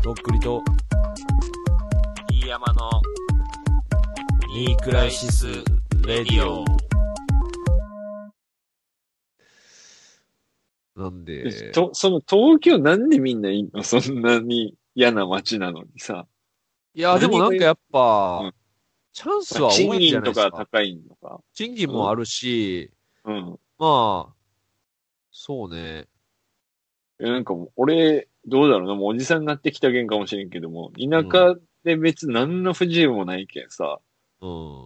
とっくりと、 飯山のニークライシス・レディオ。なんで、 その東京なんでみんないんの？そんなに嫌な街なのにさ。 いや、でもなんかやっぱ、 うん、 チャンスは多いんじゃないですか。 賃金とか高いのか。 賃金もあるし、 うん。 まあ、そうね。 なんかもう、俺、どうだろうな、もうおじさんになってきたけんかもしれんけども、田うん。 舎で別に何の不自由もないけんさ、 うん。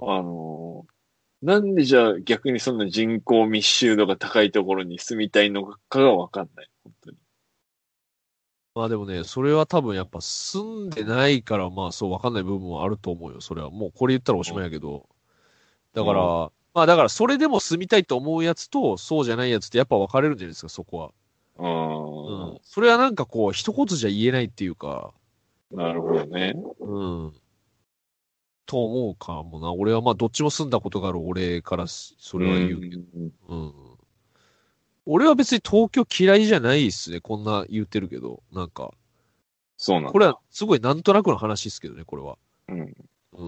なんでじゃあ逆にそんな人口密集度が高いところに住みたいのかがわかんない。本当に。 まあでもね、それは多分やっぱ住んでないから、まあそうわかんない部分はあると思うよ。それはもうこれ言ったらおしまいやけど。だから、まあだからそれでも住みたいと思うやつと、そうじゃないやつってやっぱ分かれるんじゃないですか、そこは。うん。それはなんかこう、一言じゃ言えないっていうか、 なるほどね。 うん。と思うかもな。俺はまあどっちも住んだことがある俺からそれは言うけど。うん。俺は別に東京嫌いじゃないっすね。こんな言ってるけど。なんか。 そうなんだ。 これはすごいなんとなくの話ですけどね、これは。 うん。 うん。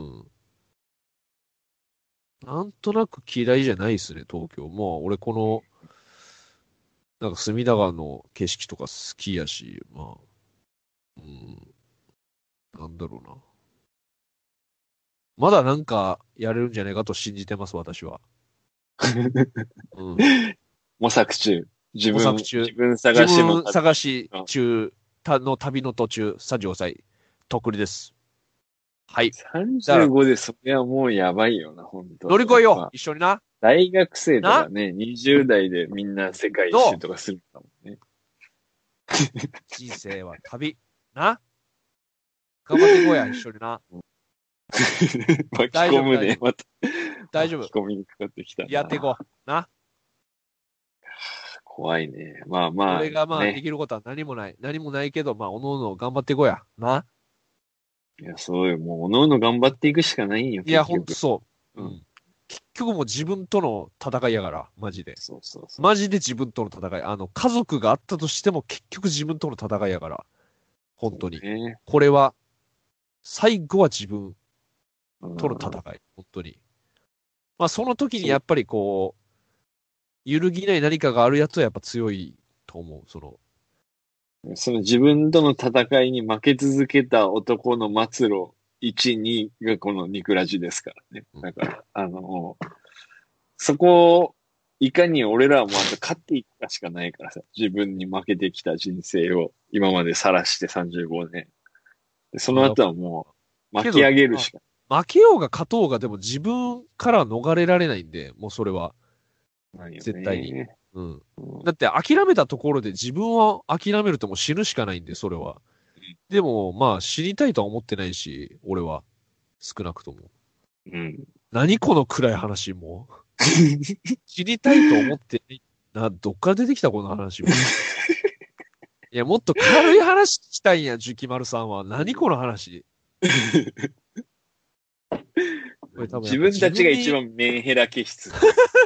なんとなく嫌いじゃないっすね、東京。まあ俺この、なんか隅田川の景色とか好きやし、まあ。うん。なんだろうな。まだなんかやれるんじゃないかと信じてます、私は。うん。 模索中。自模索中。 分探自しの分探し中の旅の途中、35歳、とっくりです。はい。だから、 35でそれはもうやばいよな、本当。 乗り越えよう、 まあ一緒にな。 大学生となかね、20代でみんな世界一どう周とかするかもね。 人生は旅。な。頑張っていこうや、一緒にな。 巻き込むね、また。 大丈夫。 巻き込みにかかってきたな。 やっていこう。な。 怖いね。まあまあ、 俺がまあでね。 きることは何もない。何もないけど、まあ、おのおの頑張っていこうや。な。 いや、そうよ。もう、おのおの頑張っていくしかないんよ、 いや、 結局。 ほんとそう。 うん。 結局もう自分との戦いやから、マジで。 そうそうそう。 マジで自分との戦い。家族があったとしても結局自分との戦いやから。本当に。 ね。 これは、最後は自分との戦うん。 い。本当に。まあその時にそう。 やっぱりこう、揺るぎない何かがあるやつはやっぱ強いと思う。 その自分との戦いに負け続けた男の末路1、2がこのニクラジですからね。だから、そこを、いかに俺らはもうあと勝っていくかしかないからさ、自分に負けてきた人生を今まで晒して35年。でその後はもう巻き上げるしか負けようが勝とうがでも自分から逃れられないんで、もうそれは。 ないよね。 絶対に。うん。だって諦めたところで自分を諦めるともう死ぬしかないんで、それは。でも、まあ死にたいとは思ってないし、俺は。少なくとも。 うん。 何この暗い話も。死にたいと思ってどっから出てきたこの話も。いや、もっと軽い話聞きたいんや、ジュキマルさんは。何この話。これ多分自分たちが一番メンヘラ気質。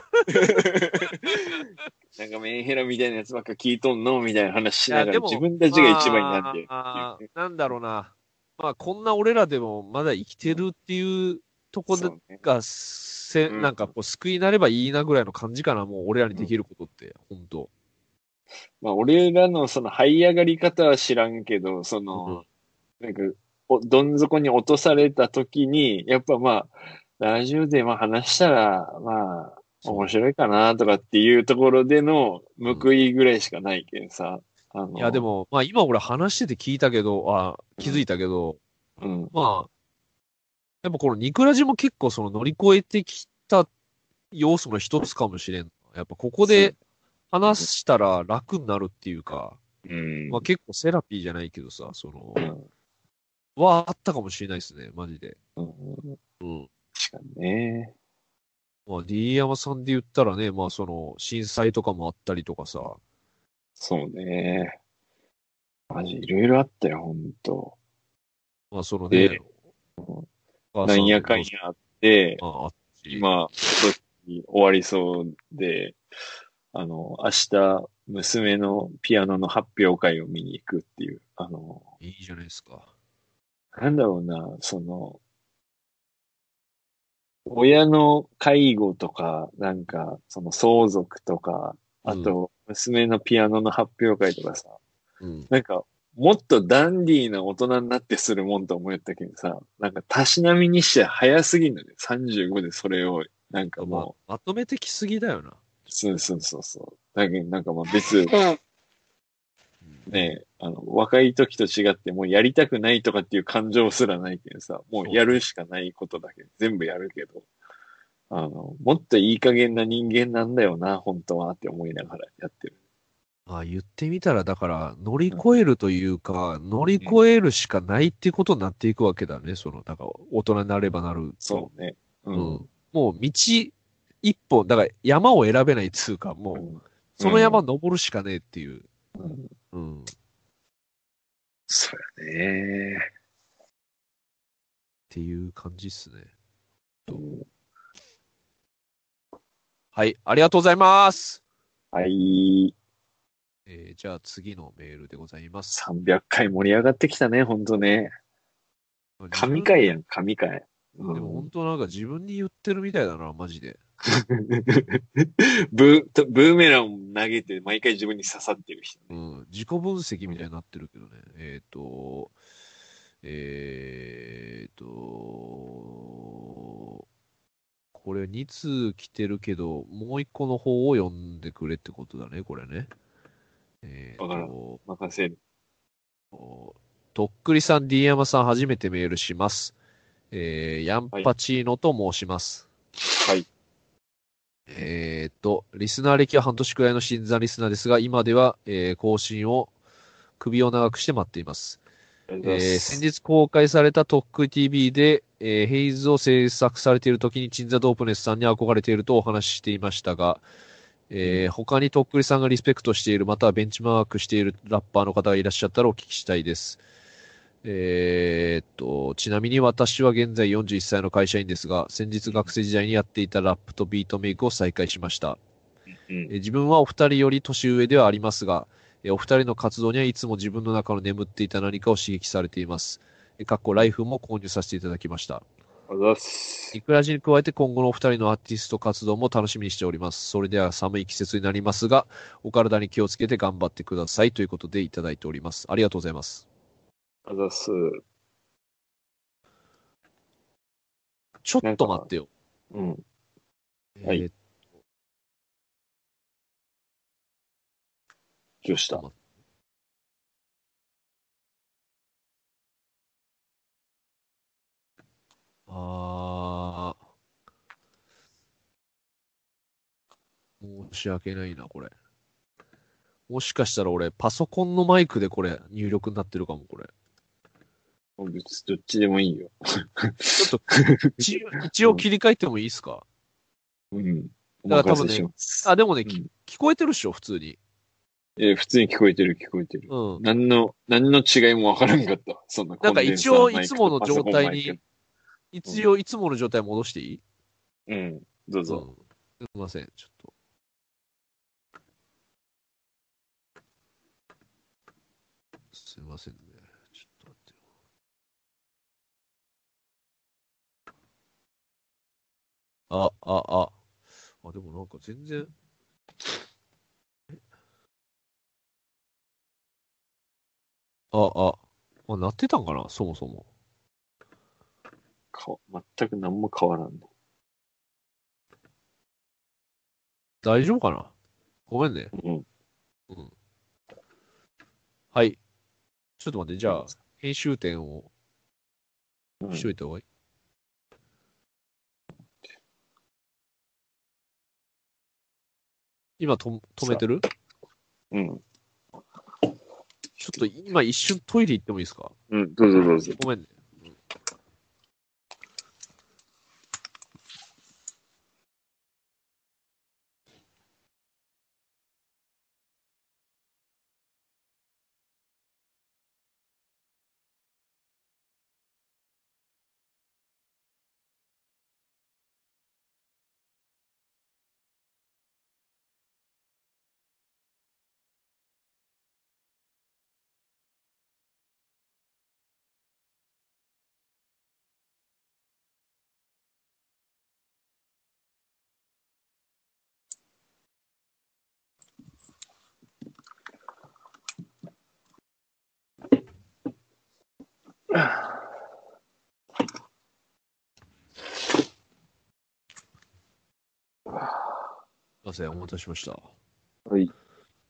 なんかメンヘラみたいなやつばっか聞いとんのみたいな話しながら自分たちが一番になってるっていうね。 なんだろうな。まあ、こんな俺らでもまだ生きてるっていうとこそうねがなんかこう救いになればいいなぐらいの感じかな、もう俺らにできることって、本当。 まあ俺らのその這い上がり方は知らんけど、なんか、どん底に落とされた時に、やっぱまあ、ラジオでまあ話したら、まあ、面白いかなとかっていうところでの報いぐらいしかないけんさ。 いや、でも、まあ今俺話してて聞いたけど、気づいたけど、 うん。 まあ、やっぱこのニクラジも結構その乗り越えてきた要素の一つかもしれん。やっぱここで話したら楽になるっていうか、 うん。 まあ結構セラピーじゃないけどさ、 うん。 はあったかもしれないですね、マジで。 うん。 うん。 確かにね。 まあ D 山さんで言ったらね、まあその震災とかもあったりとかさ、 そうね。マジいろいろあったよ、ほんと。 まあそのね、 で、 お母さんなんやかんやあって、 あっち、 今、今年終わりそうで、明日、娘のピアノの発表会を見に行くっていう、 いいじゃないですか。 なんだろうな、親の介護とか、その相続とか、 うん。 あと、娘のピアノの発表会とかさ、 うん。 なんか、もっとダンディーな大人になってするもんと思ったけどさ、たしなみにしては早すぎるのね。35でそれを、もまとめてきすぎだよな。 う、そうそうそうそう。だけどまあ別、ね、若い時と違ってもうやりたくないとかっていう感情すらないけどさ、もうやるそうね。 しかないことだけど、全部やるけど、もっといい加減な人間なんだよな、本当はって思いながらやってる。 まあ言ってみたら、だから乗りうん。 越えるというか、乗りうん。 越えるしかないっていうことになっていくわけだね。だから大人になればなると。 そうね。ううん。 ん。もう道一本、だから山を選べないっつうか、もう、 うん。 その山うん。 登るしかねえっていう。 うん。 うん。っそうやね。 ていう感じっすね。と。 うん。 はい、ありがとうございます。 はい。 じゃあ次のメールでございます。 300回盛り上がってきたね、ほんとね。 自分、 神回やん、神回。 でもうん。 本当なんか自分に言ってるみたいだな、マジで。 ブーメランを投げて毎回自分に刺さってる人ね。 うん、自己分析うん。 みたいになってるけどね。えーと、これ2通来てるけど、もう1個の方を読んでくれってことだね、これね。えーわからん。 と、 任せる。 とっくりさん、D 山さん、初めてメールします。ヤンはい。 パチーノと申します。 はい。 リスナー歴は半年くらいの新参リスナーですが、今では、更新を首を長くして待っています。 ありがとうございま先す。 日公開されたトック TV で、ヘイズを制作されている時にチンザ・ドープネスさんに憧れているとお話ししていましたが、 うん。 他にとっくりさんがリスペクトしている、またはベンチマークしているラッパーの方がいらっしゃったらお聞きしたいです。ちなみに私は現在41歳の会社員ですが、先日学生時代にやっていたラップとビートメイクを再開しました。 うん。 自分はお二人より年上ではありますが、お二人の活動にはいつも自分の中の眠っていた何かを刺激されています。かっこライフも購入させていただきました。 ありがとうございます。 イクラジに加えて今後のお二人のアーティスト活動も楽しみにしております。それでは寒い季節になりますが、お体に気をつけて頑張ってくださいということでいただいております。ありがとうございます。 ありがとうございます。 ちょっと待ってよ。 うん。はい。 えーっどうしたと待って。あ申し訳ないな、これ。もしかしたら俺、パソコンのマイクでこれ、入力になってるかも、これ。 別にどっちでもいいよ。 ちょっと、一応うん。 切り替えてもいいですか？ うん。おだから多分ね、 任せします。 でもね、 うん。 聞こえてるっしょ、普通に。 普通に聞こえてる聞こえてる。 うん。 何の違いもわからんかったわ。そんななんかコンデン一応、 サーマイいつクとパソもの状コンマイク。 態に、 うん。 いつもの状態戻していい？ うん。どうぞ。 うん。すいません、ちょっと。すいませんね。ちょっと待ってよ。でもなんか全然、あ、あ、なってたんかな、そもそも。 全く何も変わらんの。 大丈夫かな？ごめんね。 うん。 うん。はい。ちょっと待って、じゃあ、 すいませ編集点をん。うん。 しといた方がいい？今止めさ、 てる？ うん。 ちょっと今一瞬トイレ行ってもいいですか？ うん。どうぞどうぞ。 ごめんね。 すいません、お待たせしました。 はい。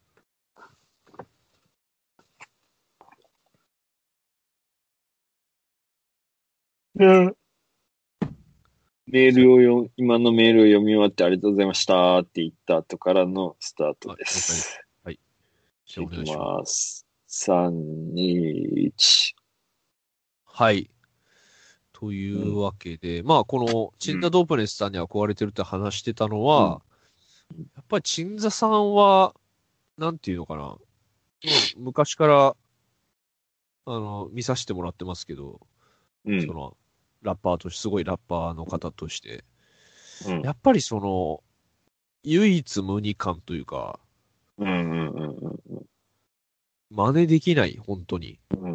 今のメールを読み終わってありがとうございましたって言った後からのスタートで了解です。 す。 はい。じゃあおいき願いします。 ます。3、2、1。 はい。というわけで、まあ、この、チンザ・ドープネスさんに憧れてるって話してたのは、やっぱりチンザさんは、なんていうのかな。まあ、昔から、見させてもらってますけど、 うん。 その、ラッパーとして、すごいラッパーの方として、 うん。 やっぱりその、唯一無二感というか、 うん。うん。うん。 真似できない、本当に。っうん。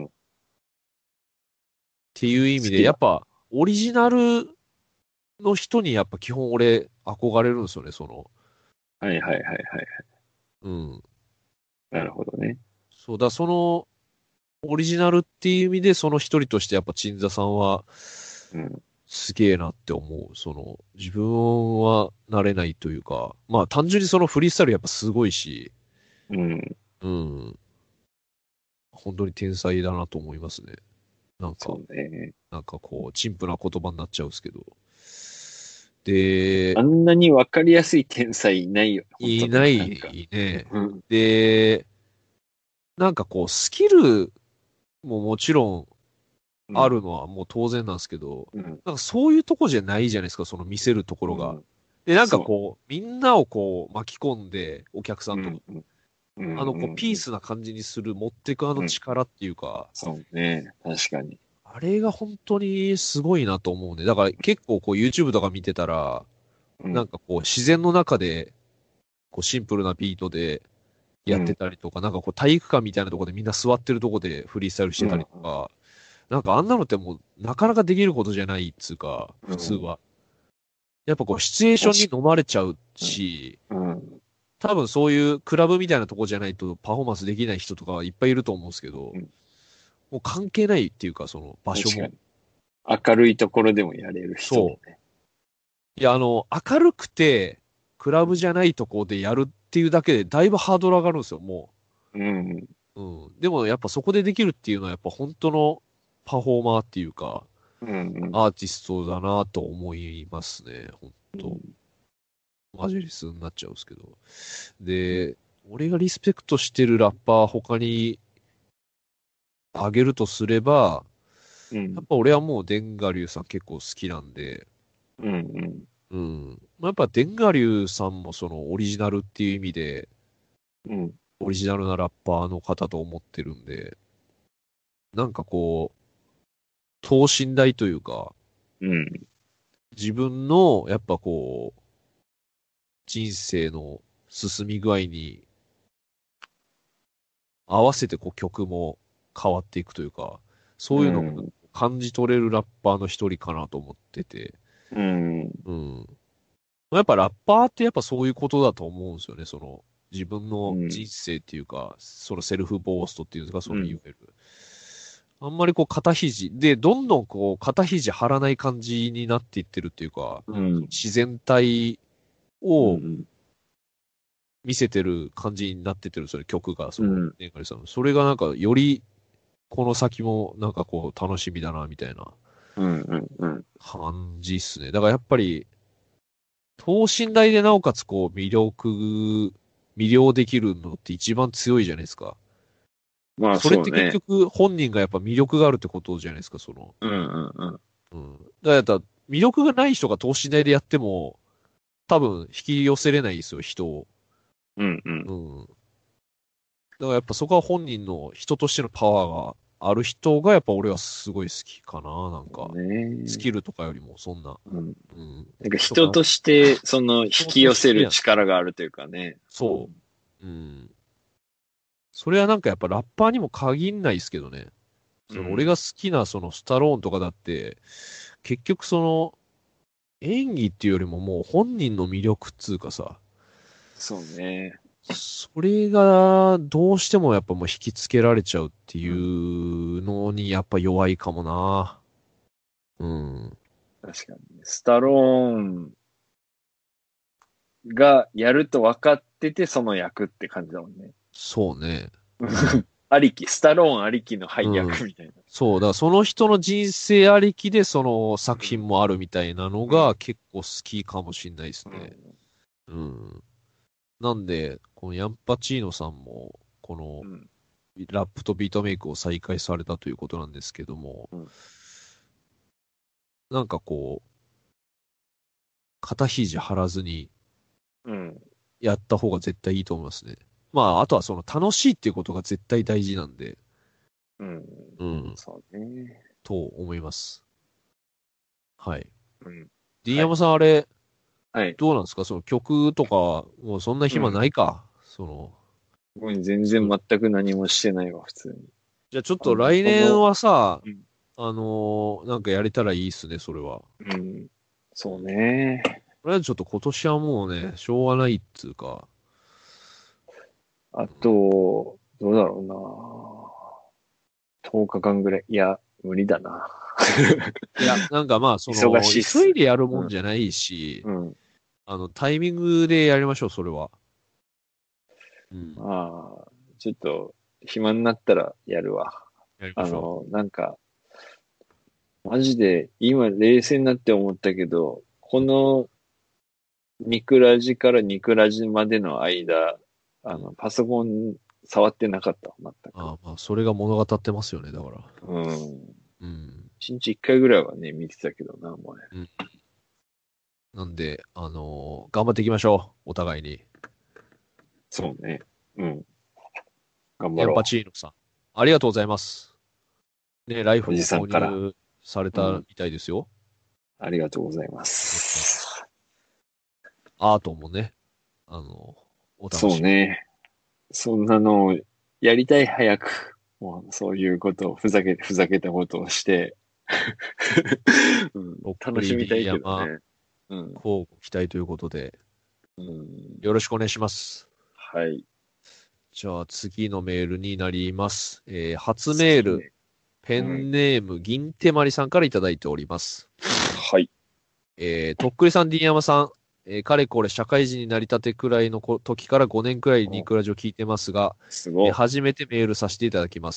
ていう意味で、 好きだ。 やっぱ、オリジナルの人にやっぱ基本俺、憧れるんですよね、その、 はいはいはいはい。 うん。 なるほどね。 そうだ、その、オリジナルっていう意味で、その一人としてやっぱ鎮座さんは、 うん。 すげえなって思う。その、自分はなれないというか、まあ単純にそのフリースタイルやっぱすごいし、 うん。 うん。本当に天才だなと思いますね。なんか、 そうね。 なんかこう、陳腐な言葉になっちゃうんですけど。で、 あんなにわかりやすい天才いないよ。本当に。 いななんか。 いね。 うん。 で、なんかこう、スキルももちろんうん。 あるのはもう当然なんですけど、 うん。 なんかそういうとこじゃないじゃないですか、その見せるところが。 うん。 で、なんかそこう、みんなをこう巻き込んで、お客さう。 んとか、 うん。うん。うん。うん。 ピースな感じにする、持ってくあのうん。 力っていうか、 そうね。確かに。 あれが本当にすごいなと思うんで、だから結構こう YouTube とか見てたら、 うん。 なんかこう自然の中で、こうシンプルなビートでやってうん。 たりとか、なんかこう体育館みたいなところでみんな座ってるところでフリースタイルしてたりうん。 とか、なんかあんなのってもうなかなかできることじゃないっつうか、 うん。 普通は。やっぱこうシチュエーションに確か飲まれちゃうに。 し、 うん。 多分そういうクラブみたいなとこじゃないとパフォーマンスできない人とかいっぱいいると思うんですけど、 うん。 もう関係ないっていうか、その場所も。 確かに。明るいところでもやれる人だそう。 ね。 いや、明るくて、クラブじゃないとこでやるっていうだけで、だいぶハードル上がるんですよ、もうん。 う。うん。でもやっぱそこでできるっていうのは、やっぱ本当のパフォーマーっていうか、 うん。 アーティストだなと思いますね、本当。 うん。 マジレスになっちゃうんですけど。で、俺がリスペクトしてるラッパー他にあげるとすれば、 うん。 やっぱ俺はもうデンガリュウさん結構好きなんで、 うん。うん。 うん。まあ、やっぱデンガリュウさんもそのオリジナルっていう意味で、 うん。 オリジナルなラッパーの方と思ってるんで、なんかこう、等身大というか、 うん。 自分のやっぱこう、人生の進み具合に合わせてこう曲も変わっていくというか、そういうのをうん。 感じ取れるラッパーの一人かなと思ってて、 うん。 うん。やっぱラッパーってやっぱそういうことだと思うんですよね。その自分の人生っていうか、そのセルフボーストっていうんですか、そうん。 のいわゆる。あんまりこう肩肘で、どんどんこう肩肘張らない感じになっていってるっていうか、 うん。 自然体をうん。 見せてる感じになってってる、それ曲が、その、 うん。 ねがりさん。それがなんかよりこの先もなんかこう楽しみだな、みたいなうん。うん。 感じっすね。だからやっぱり、等身大でなおかつこう魅了できるのって一番強いじゃないですか。 まあそれって結そうね。 局本人がやっぱ魅力があるってことじゃないですか、その。 うん。うん。 うん。だから魅力がない人が等身大でやっても、多分引き寄せれないですよ、人を。 うん。うん。 うん。だからやっぱそこは本人の人としてのパワーがある人がやっぱ俺はすごい好きかな、なんか。スね。 キルとかよりもそんな。 うん。 うん。 なんかとか、 人として、引人き寄せるとしてや、 力があるというかね。 そう。うん。それはなんかやっぱラッパーにも限んないですけどね。 うん。 その俺が好きなそのスタローンとかだって、結局その演技っていうよりももう本人の魅力っつうかさ、 そうね。 それが、どうしてもやっぱもう引きつけられちゃうっていうのにやっぱ弱いかもな。うん。 確かに。スタローンがやると分かってて、その役って感じだもんね。 そうね。 ありき、スタローンありきの配うん。 役みたいな。 そう、だからその人の人生ありきでその作品もあるみたいなのが結構好きかもしれないですね。うん。なんで、このヤンパチーノさんも、このうん。 ラップとビートメイクを再開されたということなんですけども、 うん。 なんかこう、肩肘張らずにうん。 やった方が絶対いいと思いますね。まあ、あとはその楽しいっていうことが絶対大事なんで、 うん。 うん、 そうね。 と思います。はい。 うん。はい。 D 山さんあれ、 はい。 どうなんですかその曲とか、もうそんな暇うん。 ないか。その、 もう全然そう。 全く何もしてないわ、普通に。 じゃあちょっと来年この、 はさ、 うん。 なんかやれたらいいっすね、それは。 うん。そううん。 ね。 とりあえずちょっと今年はもうね、しょうがないっつうか。 あと、どうだろうな。10日間ぐらい。いや、無理だな。 いや、なんかまあ、そ忙の、 しいっす。 急いでやるもうん。 んじゃないし、 うん。 タイミングでやりましょう、それは。うん。 まあ、ちょっと、暇になったらやるわ。 やりましょなんか、マジで、今冷静になって思ったけど、このニクラジからニクラジまでの間、 う。うん。 パソコン触ってなかったわ、全く。 ああ、まあ、それが物語ってますよね、だから。 うん。 うん。 一日一回ぐらいはね、見てたけどな、もうね。 うん。なんで、頑張っていきましょう、お互いに。 そうね。うん。頑張ヤンパろチーノさん。ありがとうございます。ね、ライう。おじフも購さんから。 入されうん。 たみたいですよ。 ありがとうございまね、 す。 アートもね、あの、お楽そうしみに。 ね。そんなのをやりたい、早く。もう、そういうことを、ふざけたことをして、うん、 とっくり楽しみた D いけど山、 ね。うん。 こう期待ということで、 うん。 よろしくお願いします。 はい。 じゃあ次のメールになります。初メール、 次ね。 ペうん。 ンネーム、銀手まりさんからいただいております。 はい。 とっくりさん、D 山さん、かれこれ社会人になりたてくらいの時から5年くらいニお、 クラジを聞いてますが、 すご。 初めてメールさせていただきます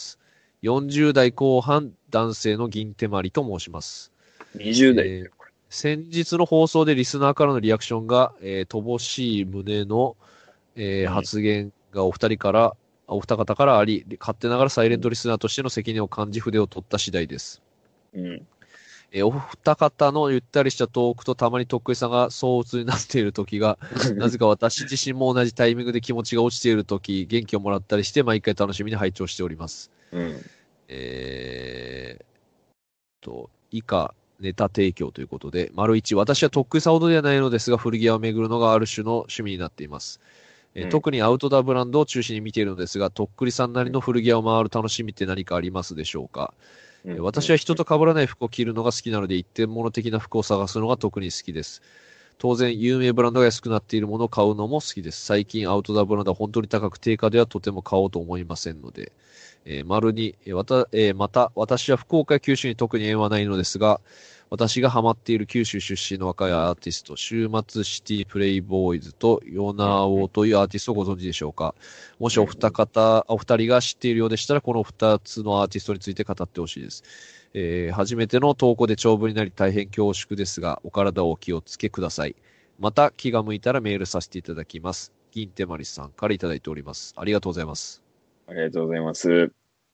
。40代後半男性の銀手まりと申します。 20代だよ、 えー先日の放送でリスナーからのリアクションが、乏しい旨の、 うん。 発言がお二方からあり、勝手ながらサイレントうん。 リスナーとしての責任を感じ筆を取った次第です。 うん。 お二方のゆったりしたトークとたまにとっくりさんが相鬱になっている時が、なぜか私自身も同じタイミングで気持ちが落ちている時、元気をもらったりして毎回楽しみに拝聴しております。 うん。 え以下、ネタ提供ということで、丸一、私はとっくりさんほどではないのですが、古着屋を巡るのがある種の趣味になっています。 うん。 特にアウトドアブランドを中心に見ているのですが、とっくりさんなりの古着屋を回る楽しみって何かありますでしょうか？ うん。うん。 私は人と被らない服を着るのが好きなので、一点物的な服を探すのが特に好きです。当然、有名ブランドが安くなっているものを買うのも好きです。最近アウトドアブランドは本当に高く定価ではとても買おうと思いませんので。丸に、また、私は福岡や九州に特に縁はないのですが、私がハマっている九州出身の若いアーティスト、週末シティプレイボーイズとヨナオというアーティストをご存知でしょうか？もしうん。 お二人が知っているようでしたら、この二つのアーティストについて語ってほしいです。初めての投稿で長文になり大変恐縮ですが、お体をお気をつけください。また気が向いたらメールさせていただきます。銀手まりさんからいただいております。ありがとうございます。 ありがとうございます。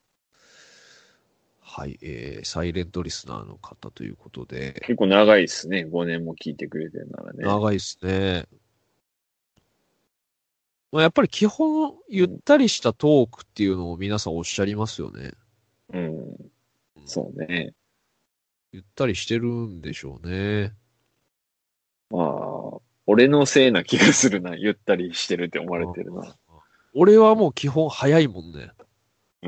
はい、サイレントリスナーの方ということで、 結構長いですね。5年も聞いてくれてるならね。 長いですね。まあ、やっぱり基本、ゆっうん。 たりしたトークっていうのを皆さんおっしゃりますよね。 うん。 うん、 そうね。 ゆったりしてるんでしょうね。 まあ、俺のせいな気がするな。ゆったりしてるって思われあてるな。 俺はもう基本早いもんね。 うん。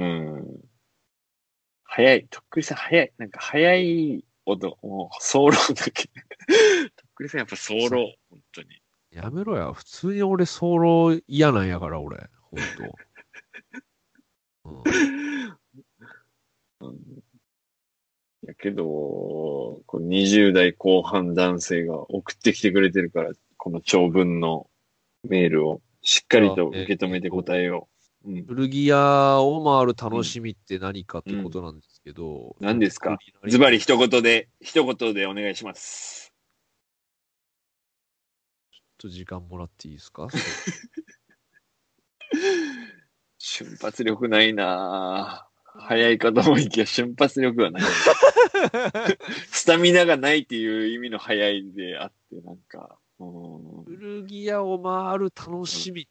早い。とっくりさん早い。なんか早い音、もう、早漏だけ。とっくりさんやっぱ早さ、 漏。本当に。 やめろや。普通に俺、ソロ嫌なんやから、俺。ほんと。 やけど、こう20代後半男性が送ってきてくれてるから、この長文のメールをしっかりと受け止めて答えよう。うん。 古着屋を回る楽しみって何かってことなんですけど。 何ですか？ズバリ一言でお願いします。 ちょっと時間もらっていいですか？ 瞬発力ないなぁ。早いかと思いきや瞬発力がない。スタミナがないっていう意味の早いであって、なんか、 古着屋を回る楽しみって、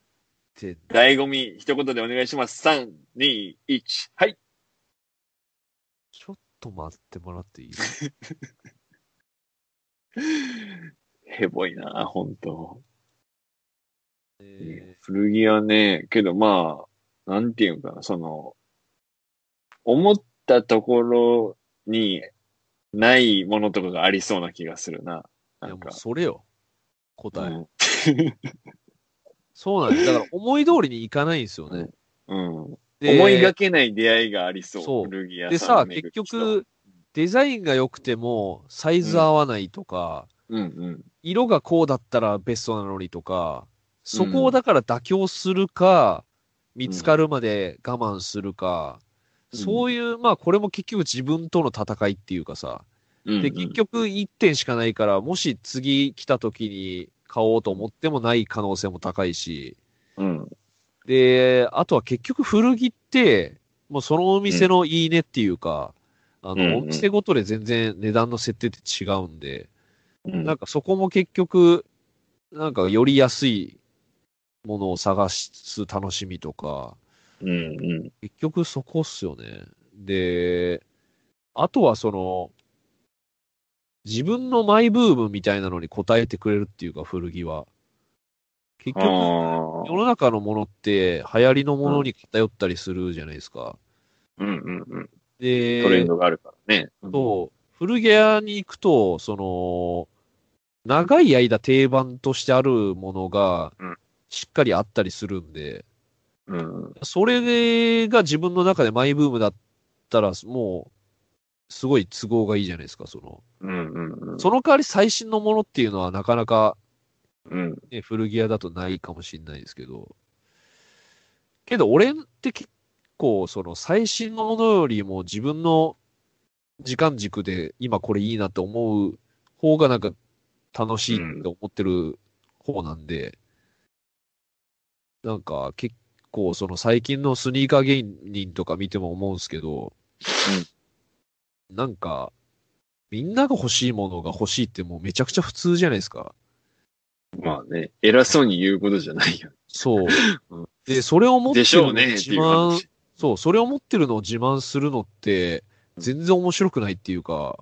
醍醐味、一言でお願いします。3、2、1、はい。 ちょっと待ってもらっていいですか？ へぼいなぁ、ほんと。古着屋ね、けどまあ、なんていうかな、思ったところにないものとかがありそうな気がするな。 いやもうそれよ。答え。 うん、 そうなんです。だから思い通りにいかないんですよね。 うん。 で思いがけない出会いがありそう。 そう。 古着屋でさ、 さんを巡結る人。 局、デザインが良くても、サイズ合わないとか、 うん色がこうだったらベストなのにとか、そこをだから妥協するか、見つかるまで我慢するか、そういう、まあこれも結局自分との戦いっていうかさ、で、結局1点しかないから、もし次来た時に買おうと思ってもない可能性も高いし、 うんで、あとは結局古着って、もうそのお店のいいねっていうか、お店ごとで全然値段の設定って違うんで、なんかそこも結局、なんかより安いものを探す楽しみとか、結局そこっすよね。で、あとは自分のマイブームみたいなのに応えてくれるっていうか、古着は。結局、世の中のものって流行りのものに偏ったりするじゃないですか。で、 トレンドがあるからね。 古着屋に行くと、長い間定番としてあるものが、しっかりあったりするんで、それが自分の中でマイブームだったら、もう、すごい都合がいいじゃないですか、その代わり最新のものっていうのはなかなか、ね、古着屋だとないかもしれないですけど、俺って結構、最新のものよりも自分の時間軸で今これいいなって思う方がなんか楽しいって思ってる方なんで、なんか結構最近のスニーカー芸人とか見ても思うんですけど、なんかみんなが欲しいものが欲しいってもうめちゃくちゃ普通じゃないですか。 まあね、偉そうに言うことじゃないよ。 そう。で、それを持ってるのを自慢、 そう、 それを持ってるのを自慢するのって、全然面白くないっていうか、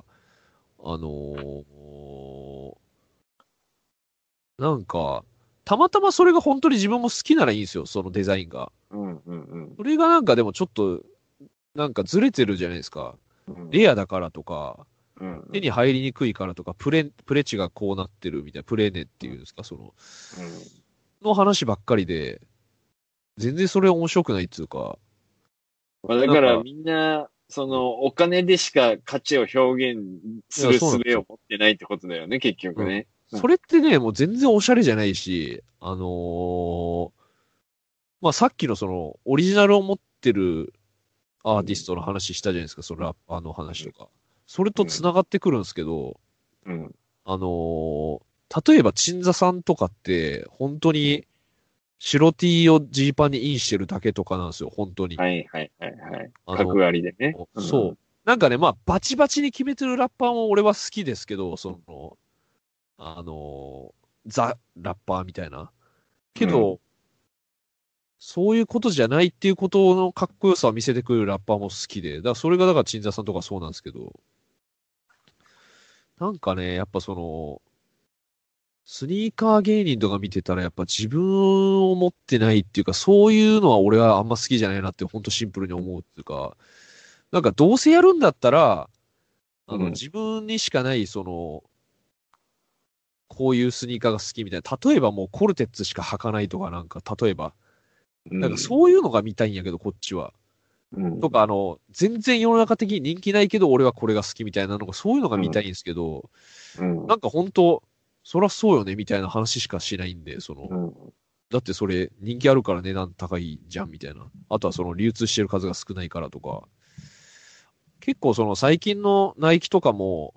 なんか、たまたまそれが本当に自分も好きならいいんですよ、そのデザインが。それがなんかでもちょっと、なんかずれてるじゃないですか。レアだからとか、手に入りにくいからとか、プレ値がこうなってるみたいな、プレネっていうんですか、の話ばっかりで、全然それ面白くないっていうか。 だからみんな、お金でしか価値を表現する術を持ってないってことだよね、結局ね。 それってね、もう全然おしゃれじゃないし、まあ、さっきのオリジナルを持ってるアーティストの話したじゃないですか、そのラッパーの話とか。それと繋がってくるんですけど、例えば、鎮座さんとかって、本当に、白 T をジーパンにインしてるだけとかなんですよ、本当に。 はい。角刈りでね。 そう。なんかね、まあ、バチバチに決めてるラッパーも俺は好きですけど、ザ・ラッパーみたいな。けど、そういうことじゃないっていうことのかっこよさを見せてくるラッパーも好きで、だからそれがだから鎮座さんとかそうなんですけど、なんかね、やっぱスニーカー芸人とか見てたらやっぱ自分を持ってないっていうか、そういうのは俺はあんま好きじゃないなってほんとシンプルに思うっていうか、なんかどうせやるんだったら、自分にしかないこういうスニーカーが好きみたいな。例えばもうコルテッツしか履かないとかなんか、例えば。なんかそういうのが見たいんやけど、こっちは。とか、全然世の中的に人気ないけど、俺はこれが好きみたいなのが、そういうのが見たいんですけど、なんか本当そらそうよね、みたいな話しかしないんで、だってそれ人気あるから値段高いじゃん、みたいな。あとはその流通してる数が少ないからとか。結構その最近のナイキとかも、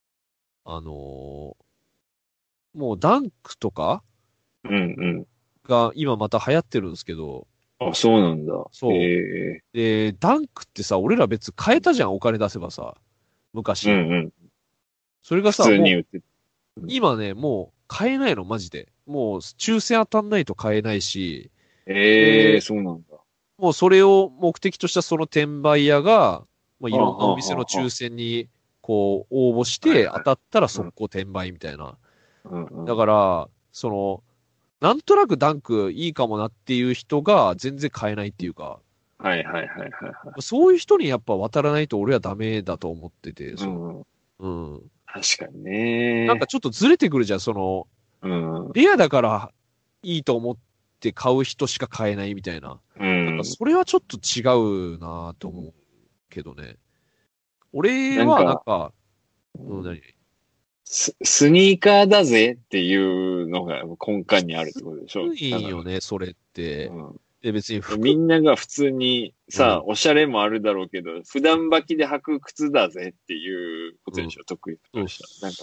もうダンクとかが今また流行ってるんですけど、 あ、そうなんだ。 そう。で、ダンクってさ、俺ら別買えたじゃん、お金出せばさ。昔。それがさ、 普通に売って今ね、もう買えないの、マジで。もう抽選当たんないと買えないし。 そうなんだ。 もうそれを目的としたその転売屋が、まあ、いろんなお店の抽選に、こう、応募して、当たったら速攻転売みたいな。だから、なんとなくダンクいいかもなっていう人が全然買えないっていうか。そういう人にやっぱ渡らないと俺はダメだと思ってて、 確かにね。 なんかちょっとずれてくるじゃん、レアだからいいと思って買う人しか買えないみたいな。なんかそれはちょっと違うなと思うけどね。俺はなんか、何スニーカーだぜっていうのが根幹にあるってことでしょ。 いいよね、それって。で、別にみんなが普通にさ、おしゃれもあるだろうけど、普段履きで履く靴だぜっていうことでしょ、得意とした。なんか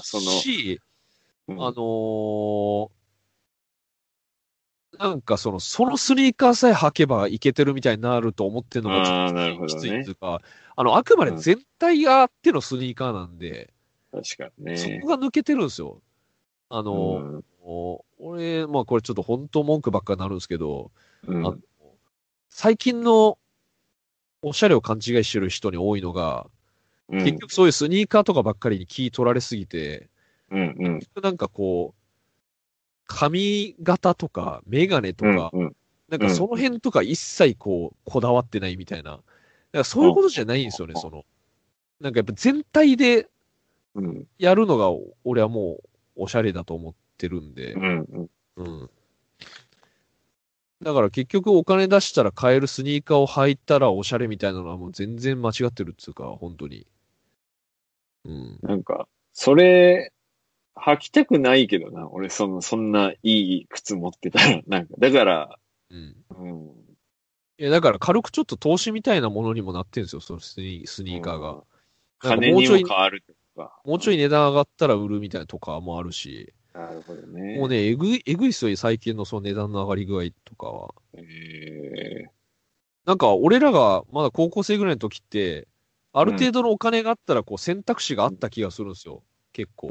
なんかそのスニーカーさえ履けばいけてるみたいになると思ってるのがちょっときついっていうか、あくまで全体があってのスニーカーなんで、 確かにね。 そこが抜けてるんですよ。俺、まあこれちょっと本当文句ばっかになるんですけど、最近のおしゃれを勘違いしてる人に多いのが、結局そういうスニーカーとかばっかりに気取られすぎて、なんかこう、髪型とかメガネとか、なんかその辺とか一切こだわってないみたいな。だからそういうことじゃないんですよね、なんかやっぱ全体でやるのが俺はもうおしゃれだと思ってるんで。だから結局お金出したら買えるスニーカーを履いたらおしゃれみたいなのはもう全然間違ってるっつうか、本当に。 なんか、それ、履きたくないけどな。俺、そんないい靴持ってたら。なんか、だから、 いや、だから軽くちょっと投資みたいなものにもなってるんですよ、そのスニーカーが。 金にも変わるとか。 もうちょい値段上がったら売るみたいなとかもあるし。 なるほどね。 もうね、えぐいっすよ、最近のその値段の上がり具合とかは。なんか、俺らがまだ高校生ぐらいの時って、ある程度のお金があったら、こう、選択肢があった気がするんですよ。結構。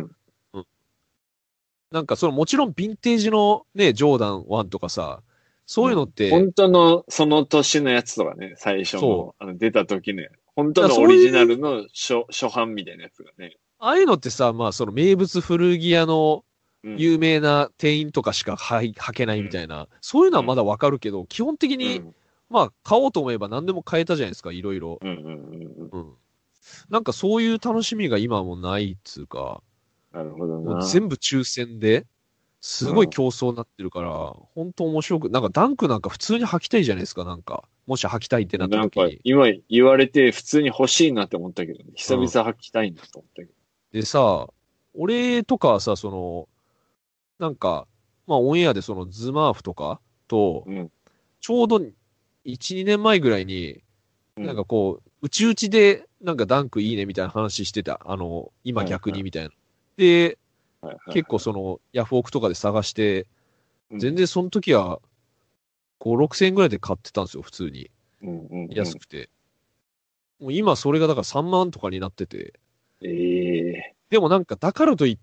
なんか、もちろんヴィンテージのね、ジョーダン1とかさ、そういうのって。 本当の、その年のやつとかね、最初の、出た時ね。本当のオリジナルの初版みたいなやつがね。 ああいうのってさ、まあ、名物古着屋の有名な店員とかしか履けないみたいな、そういうのはまだわかるけど、基本的に、まあ、買おうと思えば何でも買えたじゃないですか、いろいろ。なんかそういう楽しみが今はもうないっつうか、 なるほどな。 全部抽選で、すごい競争になってるから、本当面白く、なんかダンクなんか普通に履きたいじゃないですか、なんか。もし履きたいってなった時に。なんか今言われて普通に欲しいなって思ったけど、久々履きたいなと思ったけど。 でさ、俺とかはさ、なんか、まあオンエアでズマーフとかと、ちょうど1、2年前ぐらいに、なんかこう、うちうちでなんかダンクいいねみたいな話してた。今逆にみたいな。で、結構ヤフオクとかで探して、全然その時は5、6千円ぐらいで買ってたんですよ、普通に。安くて。もう今それがだから3万とかになってて。でもなんかだからといって、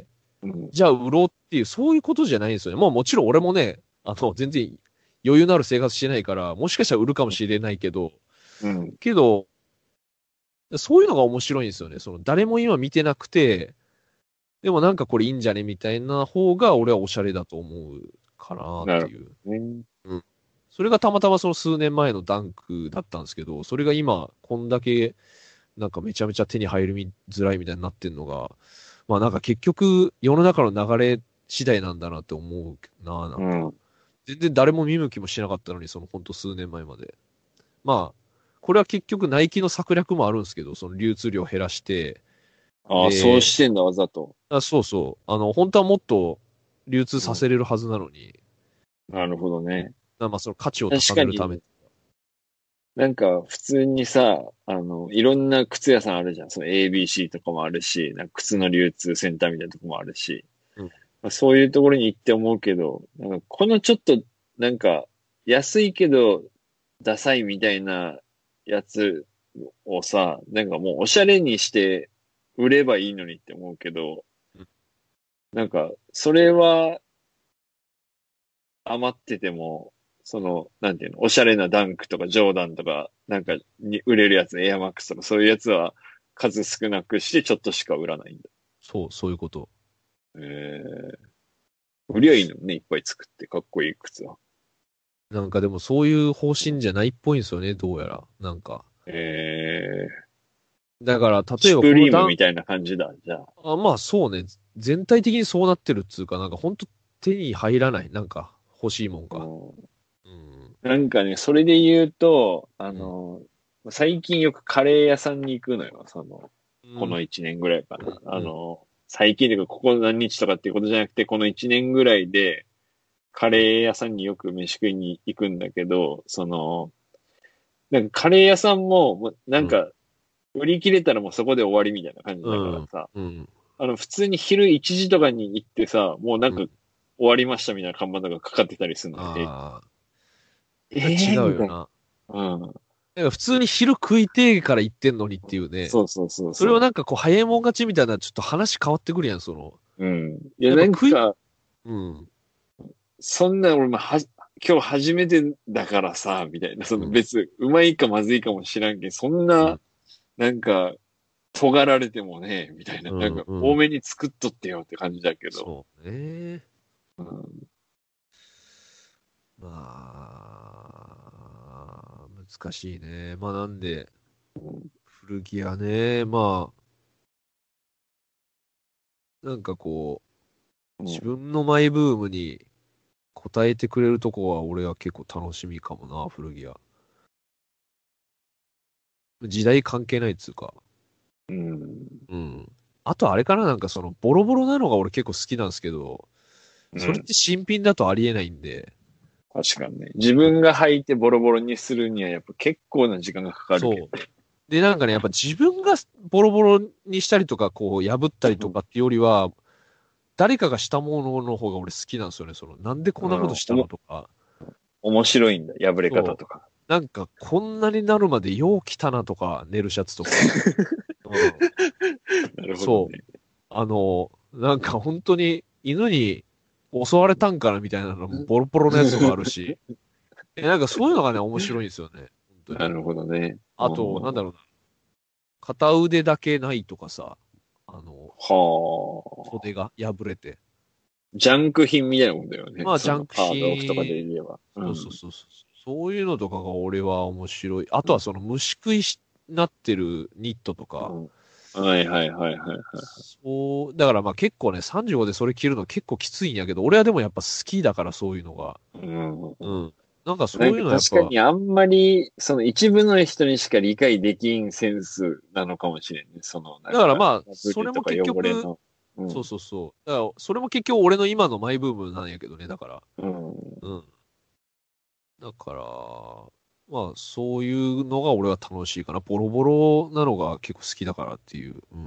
じゃあ売ろうっていう、そういうことじゃないんですよね。もちろん俺もね、全然余裕のある生活してないから、もしかしたら売るかもしれないけど、けど、そういうのが面白いんですよね。誰も今見てなくて、でもなんかこれいいんじゃねみたいな方が俺はおしゃれだと思うかなっていう。それがたまたま数年前のダンクだったんですけど、それが今こんだけなんかめちゃめちゃ手に入りづらいみたいになってんのが、 まあなんか結局世の中の流れ次第なんだなって思うな、なんか。 うん。 全然誰も見向きもしなかったのに、そのほんと数年前まで。まあ、これは結局ナイキの策略もあるんですけど、その流通量を減らして、 ああ、そうで、 してんだ、わざと。 そうそう。本当はもっと流通させれるはずなのに、 なるほどね。 まあその価値を確か高めるため。 に、なんか普通にさ、いろんな靴屋さんあるじゃん。その ABC とかもあるし、なんか靴の流通センターみたいなとこもあるし、 うん。 まあ、そういうところに行って思うけど、なんかこのちょっと、なんか、安いけど、ダサいみたいなやつをさ、なんかもうおしゃれにして売ればいいのにって思うけど、 うんなんか、それは余ってても、その、なんていうの、おしゃれなダンクとかジョーダンとか、なんかに売れるやつ、エアマックスとか、そういうやつは数少なくしてちょっとしか売らないんだ。 そういうこと。 売りゃいいのね、いっぱい作ってかっこいい靴は。 なんかでもそういう方針じゃないっぽいんですよね、どうやら。なんか。 えだから、例えシュプリームばこのみたいな感じだ、じゃあ。 まあそうね。全体的にそうなってるっつうか、なんかほんと手に入らない。なんか欲しいもんか。 うんうん。 なんかね、それで言うと、 うん。 最近よくカレー屋さんに行くのよ、その、このうん。 一年ぐらいかな。 うん。 最近でここ何日とかっていうことじゃなくて、この一年ぐらいで、カうん。 レー屋さんによく飯食いに行くんだけど、その、なんかカレー屋さんも、なうん。 んか、売り切れたらもうそこで終わりみたいな感じだからうん。 さ、 うん。 普通に昼1時とかに行ってさ、もうなんかうん。 終わりましたみたいな看板とかかかってたりするのよ。 ああ。やっぱ違えみたいうよな。 な。うん。 なんか普通に昼食いてえから行ってんのにっていうね。 そうそうそうそそれをなんかこう早いもん勝ちみたいなちょっと話変わってくるやん、その。 う。うん。いや、 やっぱ食い、 なんか、 うん。 そんな俺も今日初めてだからさ、みたいな。そのうん。 別、うまいかまずいかもしらんけど、そんな、 うん。 なんか、尖られてもね、みたいな。 うん。 なんか、 うん。 多めに作っとってよって感じだけど。 そうね。 うん。 まあ、難しいね。まあなんで、古着屋ね。まあ、なんかこう、自うん。 分のマイブームに応えてくれるとこは俺は結構楽しみかもな、古着屋。時代関係ないっつうか。 うん。 うん。あとあれかな、なんかそのボロボロなのが俺結構好きなんですけど、 うん。 それって新品だとありえないんで、 確かにね。自分が履いてボロボロにするにはやっぱ結構な時間がかかるけど。 そう。で、なんかね、やっぱ自分がボロボロにしたりとか、こう破ったりうん。 とかっていうよりは、誰かがしたものの方が俺好きなんですよね。その、なんでこんなことしたのとか。 面白いんだ。破れ方そう。 とか。 なんか、こんなになるまでよう来たなとか、寝るシャツとか。うん。 なるほどそう。 ね。 なんか本当に犬に襲われたんかなみたいなのもボロボロのやつとかあるし。なんかそういうのがね、面白いんですよね。本当に。 なるほどね。 あと、なんだはろうな。片腕だけないとかさ。あの、袖あ。 が破れて。 ジャンク品みたいなもんだよね。 まあ、ジそのャンクハードオフとかで品、 言えば。うそうそうん。 そうそう。そういうのとかが俺は面白い。あとはその虫食いしなってるニットとか。 うん。はいはいはいはいはい。 そう、だからまあ結構ね、35でそれ着るの結構きついんやけど、俺はでもやっぱ好きだからそういうのが。 うん。 うん。なんかなんかそういうのやっぱ、 確かにあんまり、その一部の人にしか理解できんセンスなのかもしれんね。そのなんか、 だからまあ、 ブそれもリとか結局、 汚れの。うん。 そうそうそう。だからそれも結局俺の今のマイブームなんやけどね、だから。 うん。 うん。だから、まあそういうのが俺は楽しいかな。ボロボロなのが結構好きだからっていう。うん。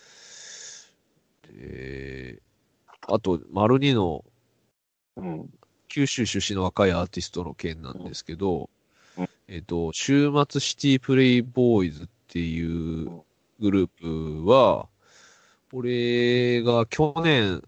で、あと、丸二のうん。 九州出身の若いアーティストの件なんでうん。 すけど、週末シティプレイボーイズっていううん。 グループは、俺が去年、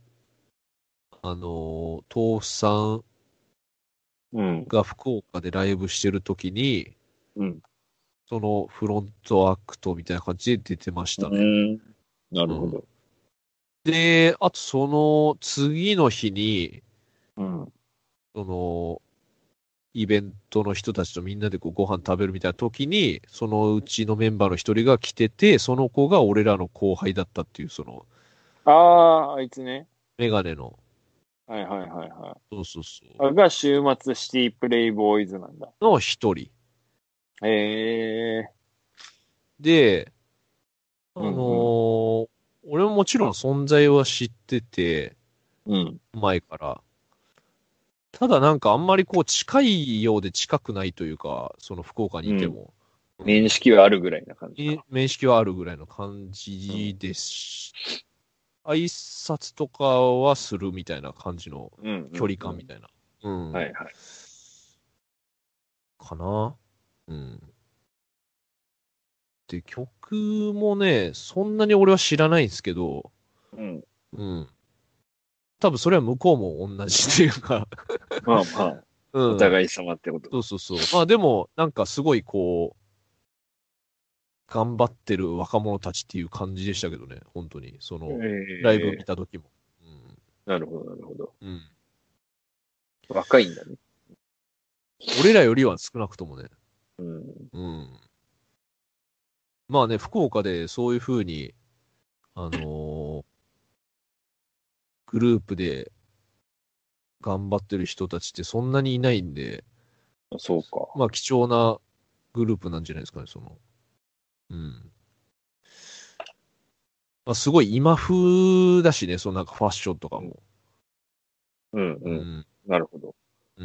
東さんうん。 が福岡でライブしてる時に、 うん。 そのフロントアクトみたいな感じで出てましうたね。 ん。なうん。 るほど。 で、あとその次の日に、 うん。 その、イベントの人たちとみんなでこうご飯食べるみたいな時に、そのうちのメンバーの一人が来てて、その子が俺らの後輩だったっていう、その、 ああ、あいつね。 メガネの。 はいはいはいはい。 そうそうそが週末シティプレイボーイズなんだ。 う。の一人。 へえ。 で、 うんうん。 俺ももちろん存在は知ってて、 うん。 前から。ただなんかあんまりこう近いようで近くないというか、その福岡にうん。 いても。 面識はあるぐらいな感じか。 面識はあるぐらいの感うん。 じです。挨拶とかはするみたいな感じのうんう距離んうん。 感みたいな。うん。 はいはい。 かな。うん。で、曲もね、そんなに俺は知らないんですけど、 うん。 うん。多分それは向こうも同じっていうか、 まあまあ、 うん。 お互い様ってことか。 そうそうそう。まあでも、なんかすごいこう、頑張ってる若者たちっていう感じでしたけどね、本当に。その、ライブ見ええ、 た時も。 なるほどなるほど。 うん。うん。 若いんだね。 俺らよりは少なくともね。 うん。 うん。まあね、福岡でそういう風に、あのーグループで頑張ってる人たちってそんなにいないんで、 そうか。 まあ貴重なグループなんじゃないですかね、その。うん。まあすごい今風だしね、そのなんかファッションとかうん。 も。 うんうん。 うん。 なるほど。 うん。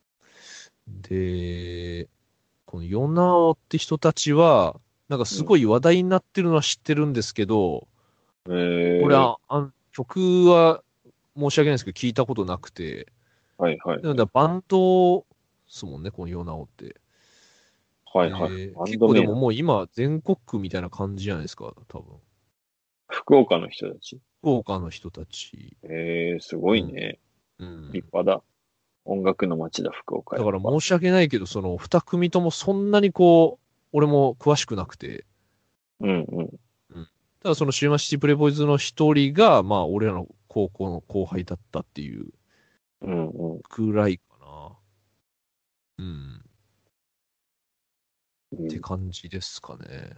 で、このヨナオって人たちは、なんかうん。 すごい話題になってるのは知ってるんですけど、俺ええ、 は、曲は申し訳ないですけど聞いたことなくて、 はいはいなのでバンドですもんね、このヨナオって。 はいはい。 で、 バン結構でもド名なの。 もう今全国区みたいな感じじゃないですか、多分。 福岡の人たち。 福岡の人たち。 ええ、すごうん。 いね。 うん。 立派だ。音楽の街だ、福岡、やっぱ。 だから申し訳ないけど、その二組ともそんなにこう、俺も詳しくなくて。 うんうん。 うん。ただそのシーマシティプレイボーイズの一人が、まあ俺らの高校の後輩だったっていううんうん。 くらいかな。うん。ってうん。 感じですかね。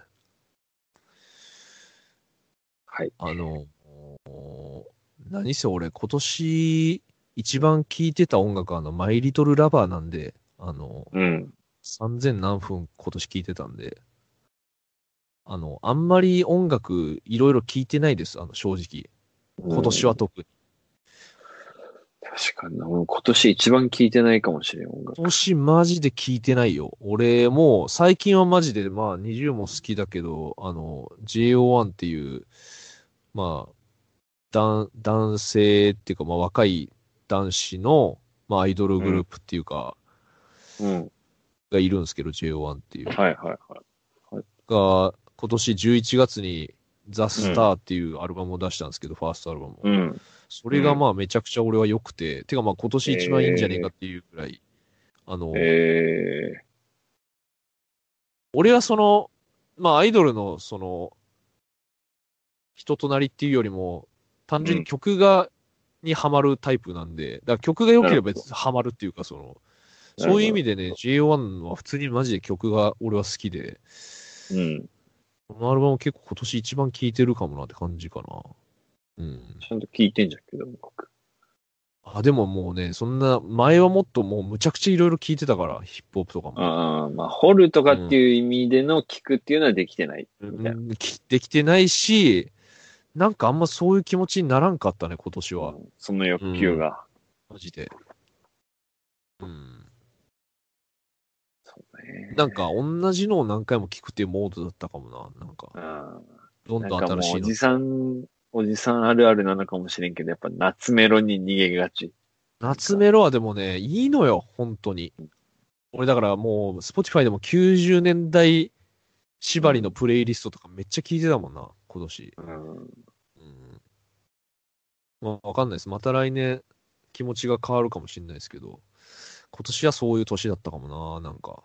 はい。 あの、何せ俺今年一番聴いてた音楽はマイリトルラバーなんで、 うん。 3000何分今年聴いてたんで、あんまり音楽いろいろ聴いてないです、正直。 う今年はん。 特に。 確かにな。俺今年一番聴いてないかもしれん、音楽。 今年マジで聴いてないよ。俺もう最近はマジで、まあ20も好きだけど、JO1 っていう、まあ、男性っていうか、まあ若い男子の、まあアイドルうん。 グループっていうか、 うん。 がいるんですけど、JO1 っていう。 はいはいはい。はい。 が、今年11月にザ・うん。 スターっていうアルバムを出したんですけど、ファーストアルバムを。 うん。 そうん。 れがまあめちゃくちゃ俺は良くて、てかまあ今年一番いいんじゃねえかっえていうくらい、あー、 の、 え俺はその、まあアイドルのその、人となりっていうよりも、単純にうん。 にハマるタイプなんで、だから曲が良ければなるほど。 別にハマるっていうか、その、そういう意なるほど。 味でね、JO1 は普通にマジで曲が俺は好きで、 うん。 このアルバム結構今年一番聴いてるかもなって感じかな。うん。 ちゃんと聞いてんじゃんけど、僕。 あ、でももうね、そんな、前はもっともうむちゃくちゃいろいろ聞いてたから、ヒップホップとかも。 ああ、まあ、掘るとかうん。 っていう意味での聞くっていうのはできてない、みたいな。 できてないし、なんかあんまそういう気持ちにならんかったね、今年は。 うん、その欲求うん。 が。 マジで。うん。 そうね。 なんか同じのを何回も聞くっていうモードだったかもな。なんか、 ああ、 どんなんどん新しかもういのって。 おじさんあるあるなのかもしれんけど、やっぱ夏メロに逃げがち。なんか、 夏メロはでもね、いいのよ、本当に。俺だからもう、Spotify でも90年代縛りのうん、 プレイリストとかめっちゃ聞いてたもんな、今年。 うん、 うん。まあ、わかんないです。また来年気持ちが変わるかもしれないですけど、今年はそういう年だったかもな、なんか。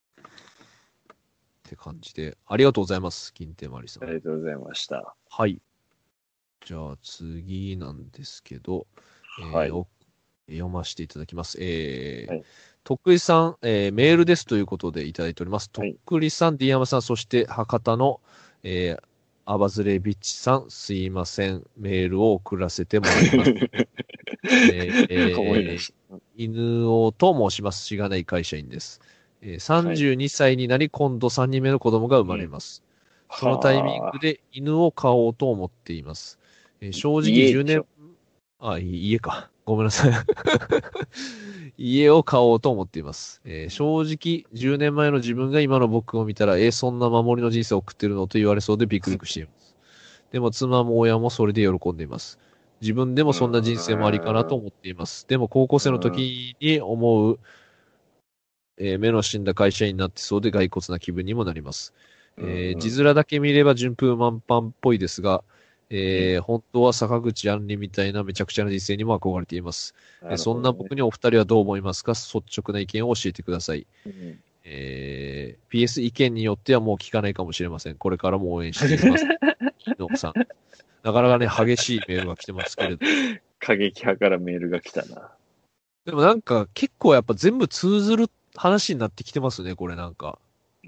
って感じで。ありがとうございます、金手まりさん。 ありがとうございました。 はい。じゃあ次なんですけど、 はい。 えーお読ませていただきます。 はい。 とっくりさん、メールですということでいただいております。とっはい。 くりさん、D 山さん、そして博多の、えーアバズレビッチさん、すいません。メールを送らせてもらいます。 思い出した。 犬尾と申します。しがない会社員です。 はい。 32歳になり、今度3人目の子供が生まれます。そのタイミンはあ、 グで犬を飼おうと思っています。正直10年、 家でしょ。 家か。ごめんなさい。家を買おうと思っています。正直、10年前の自分が今の僕を見たら、そんな守りの人生を送ってるのと言われそうでビクビクしています。でも妻も親もそれで喜んでいます。自分でもうそんな人生もありかなとーん。 思っています。でも高校生の時に思う、目の死んだ会社員になってそうで骸骨な気分にもなります。字面だけ見れば順風満帆っぽいですが、本当は坂口杏里みたいなめちゃくちゃな人生にも憧れています。 なるそんなほどね。 僕にお二人はどう思いますか？率直な意見を教えてください。PS 意見によってはもう聞かないかもしれません。これからも応援しています。井野さん。なかなかね、激しいメールが来てますけれど。 過激派からメールが来たな。 でもなんか結構やっぱ全部通ずる話になってきてますね、これなんか。 うん。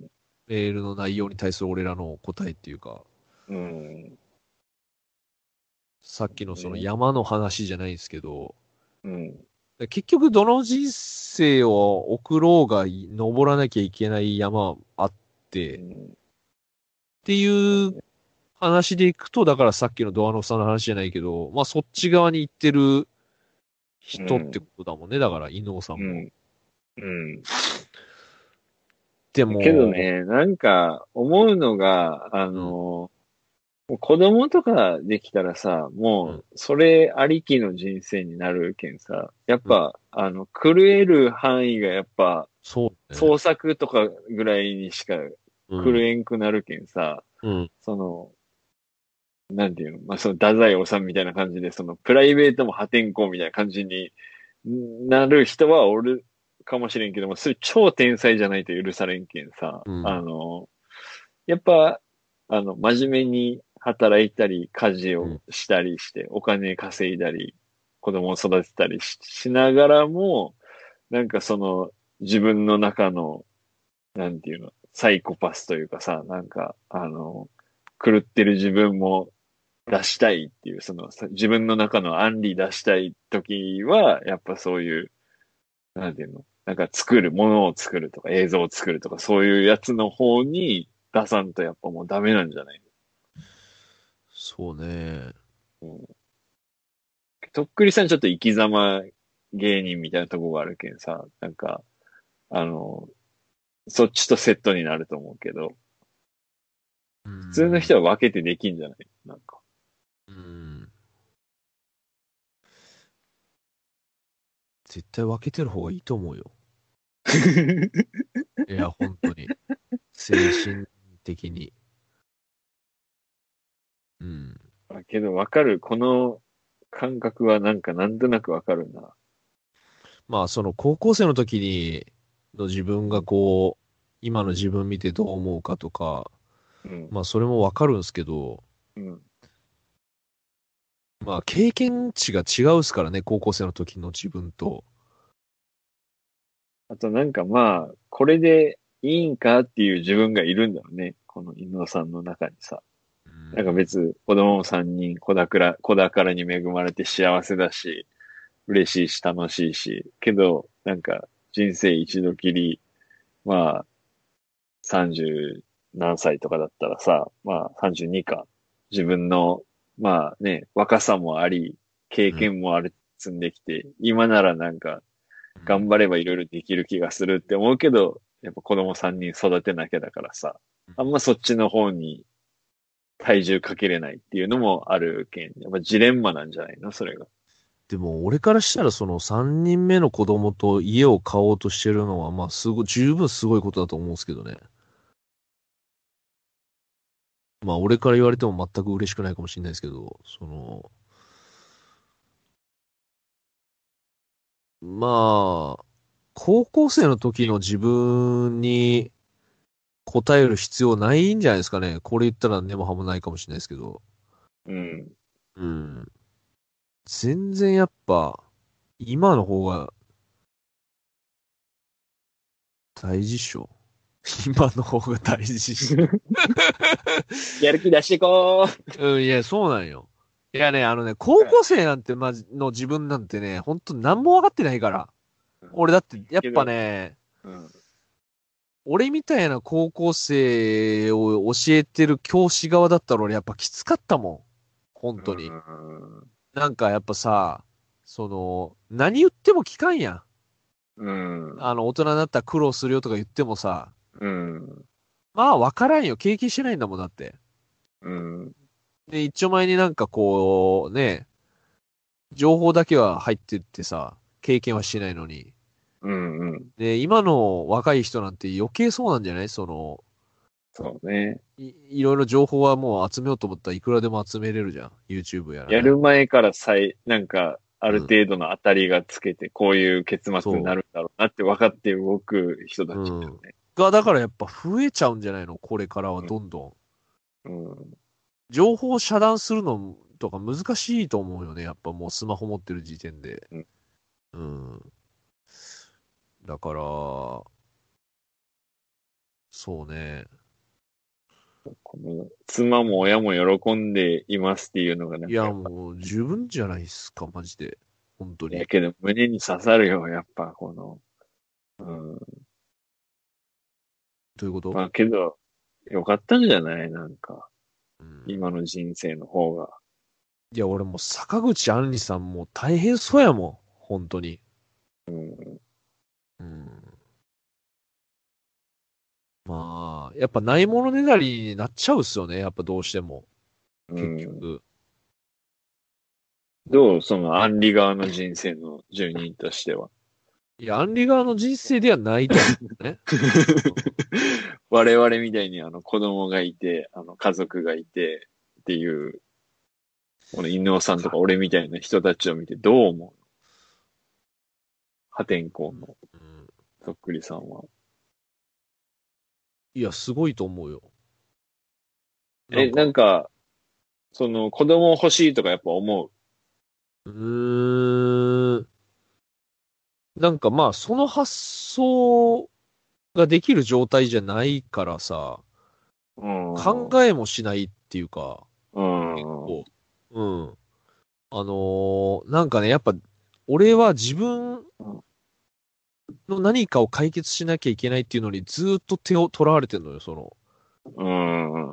メールの内容に対する俺らの答えっていうか。 うん。 さっきのそのね。 山の話じゃないんですけど、 うん。 結局どの人生を送ろうが登らなきゃいけない山あって、っうん。 ていう話でいくと、だからさっきのドアノフさんの話じゃないけど、まあそっち側に行ってる人ってことだもんね。だから、伊能さんも。 うん。うん。 でけども、 ね、なんか思うのが、 うん、 もう子供とかできたらさ、 うん、 もうそれありきの人生になるけんさ、やっうん、 ぱ、狂える範囲がやっぱ、 そうね。 創作とかぐらいにしかうん、 狂えんくなるけんさ、 うん、 その、なんていうの、まあ、その、太宰治みたいな感じで、その、プライベートも破天荒みたいな感じになる人はおるかもしれんけども、それ超天才じゃないと許されんけんさ、 うん、 やっぱ、真面目に働いたり、家事をうん、 したりして、お金稼いだり、子供を育てたりしながらも、なんかその、自分の中の、なんていうの、サイコパスというかさ、なんか、狂ってる自分も出したいっていう、その、自分の中の案理出したい時は、やっぱそういう、なんていうの、なんか作る、ものを作るとか映像を作るとか、そういうやつの方に出さんとやっぱもうダメなんじゃない？ そうね。 うん。とっくりさんちょっと生き様芸人みたいなとこがあるけんさ、なんか、あの、そっちとセットになると思うけど、 う普通のん、 人は分けてできんじゃない？なんか。 うん。絶対分けてる方がいいと思うよ。いや、本当に。精神的に。うん。 けど分かる。この感覚はなんかなんとなく分かるな。 まあ、その高校生の時に、の自分がこう、今の自分見てどう思うかとか、 うん。 まあ、それもわかるんですけど、 うん。 まあ、経験値が違うっすからね、高校生の時の自分と。 あとなんかまあ、これでいいんかっていう自分がいるんだろうね。この犬野さんの中にさ。 うなんかん。 別、子供も3人、子宝に恵まれて幸せだし、嬉しいし楽しいし、けど、なんか人生一度きり、まあ、30何歳とかだったらさ、まあ32か。自分の、まあね、若さもあり、経うん。 験もある、積んできて、今ならなんか、 うん。 頑張ればいろいろできる気がするって思うけど、やっぱ子供3人育てなきゃだからさ、あんまそっちの方に体重かけれないっていうのもあるけん、やっぱジレンマなんじゃないのそれが。 でも、俺からしたら、その3人目の子供と家を買おうとしてるのは、まあ、十分すごいことだと思うんですけどね。まあ、俺から言われても全く嬉しくないかもしれないですけど、まあ、高校生の時の自分に答える必要ないんじゃないですかね。これ言ったら根も葉もないかもしれないですけど。 うん。 うん。全然やっぱ、今の方が大事っしょ。 今の方が大事。 やる気出してこうん、いや、そうなんよ。いやね、高校生なんて、の自分なんてね、ほんと何も分かってないから。 う。 俺だって、やっぱけど、 ね、 うん。 俺みたいな高校生を教えてる教師側だったら俺やっぱきつかったもん。本当に。なんかやっぱさ、何言っても聞かんやん。 うん。 大人になったら苦労するよとか言ってもさ、 うん。 まあ分からんよ。経験してないんだもんだって。 うん。 で、一丁前になんかこう、ね、情報だけは入ってってさ、経験はしてないのに。 うん。うん。 で、今の若い人なんて余計そうなんじゃないそうね。 いろいろ情報はもう集めようと思ったらいくらでも集めれるじゃん。YouTube やらね。 やる前からなんか、あるうん。 程度の当たりがつけて、こういう結末になそるんだろうなって分かって動く人たう。 ちうん。 だよね。 だからやっぱ増えちゃうんじゃないのこれからはうん。 どんどん。 うん。 情報を遮断するのとか難しいと思うよね。やっぱもうスマホ持ってる時点で。 うん。 うん。だから、そうね。 この、妻も親も喜んでいますっていうのがないや、 んかやっぱ、 もう十分じゃないですか、マジで。本当に。 やけど胸に刺さるよ、やっぱこの、うん。 どういうこと？ まあけど、よかったんじゃないなんか、 うん。 今の人生の方が。 いや、俺もう坂口杏里さんもう大変そうやもん。本当に。 うん。 うん。まあ、やっぱないものねだりになっちゃうっすよね。やっぱどうしても。 うん。 結局。 どうその、アンリ側の人生の住人としては。 いや、アンリ側の人生ではないと思うね。 我々みたいに子供がいて、家族がいてっていう、この犬尾さんとか俺みたいな人たちを見てどう思う？破天荒のうん。 そっくりさんは。 いや、すごいと思うよ。なんなんか、 か、その子供欲しいとかやっぱ思うーん。なんかまあ、その発想ができる状態じゃないからさ、 う。うん。 考えもしないっていうか、 うん。 こう、うん。なんかね、やっぱ、俺は自分の何かを解決しなきゃいけないっていうのにずーっと手を取られてるのよ、 うん。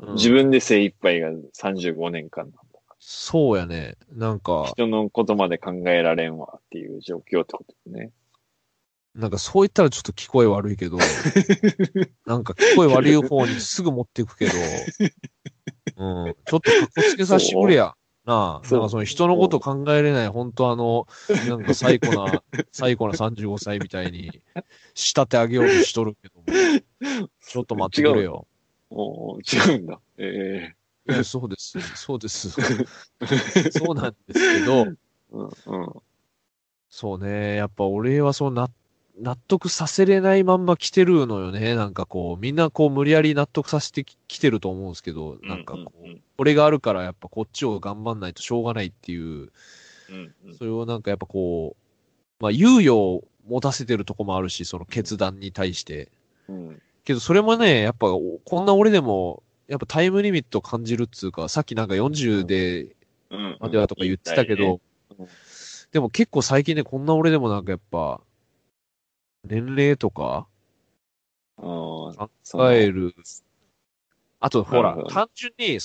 うん。 自分で精一杯が35年間なんだ。 そうやね。なんか、 人のことまで考えられんわっていう状況ってことですね。 なんかそう言ったらちょっと聞こえ悪いけど、なんか聞こえ悪い方にすぐ持っていくけど、うん。ちょっとかっこつけさせてくれそや。なあ。なんかその人のことう。 考えれない、本当なんか最古な35歳みたいに仕立て上げようとしとるけども、ちょっと待って違うの？ くれよ。 違うんだ。 いや、そうです。そうです。そうなんですけど、 うん、うん、 そうね。やっぱ俺は納得させれないまんま来てるのよね。なんかこう、みんなこう無理やり納得させてきてると思うんですけど、 うん、 なんかこう、 うん、 これがあるからやっぱこっちを頑張んないとしょうがないっていう、 うん、うん、 それをなんかやっぱこう、まあ猶予を持たせてるとこもあるし、その決断に対して。 うん、 けどそれもね、やっぱこんな俺でも、やっぱタイムリミット感じるっつうか、さっきなんか40 うん、 でうん、 まではとか引言ってた退ね。 けど、でも結構最近ね、こんな俺でもなんかやっぱ、年齢とかうん、 考える。あとほら、 なるほどね。 単純に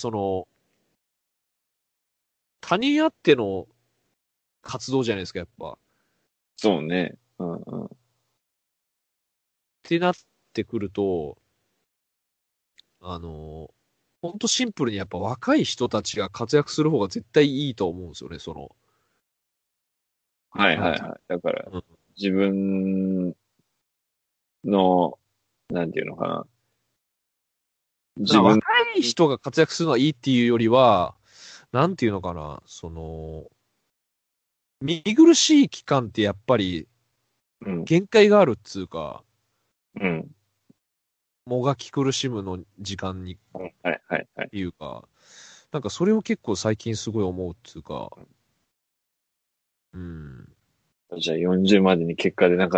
他人あっての活動じゃないですか、やっぱ。っそうね。うん、うん。 てなってくると、あの、ほんとシンプルにやっぱ若い人たちが活躍する方が絶対いいと思うんですよね、 はい、はい、 なんていうはい。だから、 の。うん。 自分の、なんていうのかな。自分、 だから若い人が活躍するのはいいっていうよりは、なんていうのかな、見苦しい期間ってやっぱりうん、 限界があるっつうか、 うん、 もがき苦しむの時間にっはい、はい、はい。 ていうか、なんかそれを結構最近すごい思うっつうか、うん。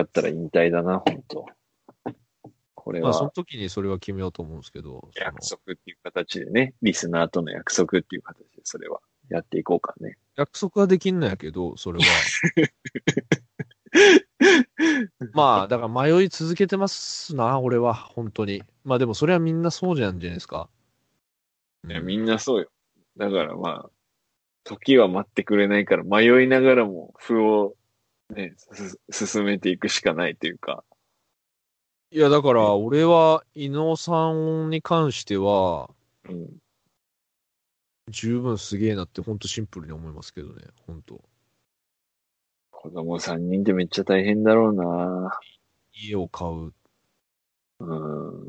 じゃあ40までに結果出なかったら引退だな、本当。 これまあ、そのは時にそれは決めようと思うんですけど、 約束っていう形でね、リスナーとの約束っていう形でそれはやっていこうかね。 約束はできんのやけど、それは。まあ、だから迷い続けてますな、俺は、本当に。まあでもそれはみんなそうじゃんじゃないですか。ういや、 ん。 みんなそうよ。だからまあ、時は待ってくれないから迷いながらも歩をね、進めていくしかないというか。 いや、だかね、 ら、俺は、伊野さんに関しては、 うん。 十分すげえなって、ほんとシンプルに思いますけどね、ほんと。 子供3人ってめっちゃ大変だろうな。 家を買う。 うん。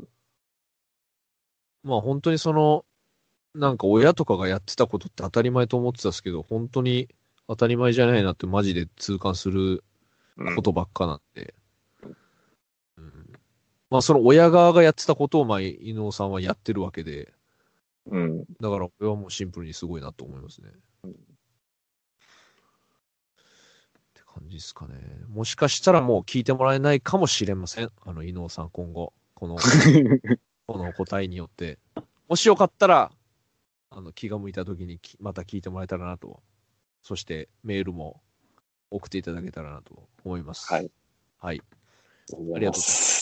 まあ本当にその、なんか親とかがやってたことって当たり前と思ってたんですけど、本当に当たり前じゃないなってマジで痛感するうん。 ことばっかなんで。うん、まあその親側がやってたことをまあ伊能さんはやってるわけで、 うん。 だから俺はもうシンプルにすごいなと思いますね。って感じですかね。もしかしたらもう聞いてもらえないかもしれません。伊能さん今後、この答えによって。もしよかったら、気が向いた時にまた聞いてもらえたらなと。そしてメールも送っていただけたらなと思います。 はい。 はい。 ありがとうございまありがとうございます。 す。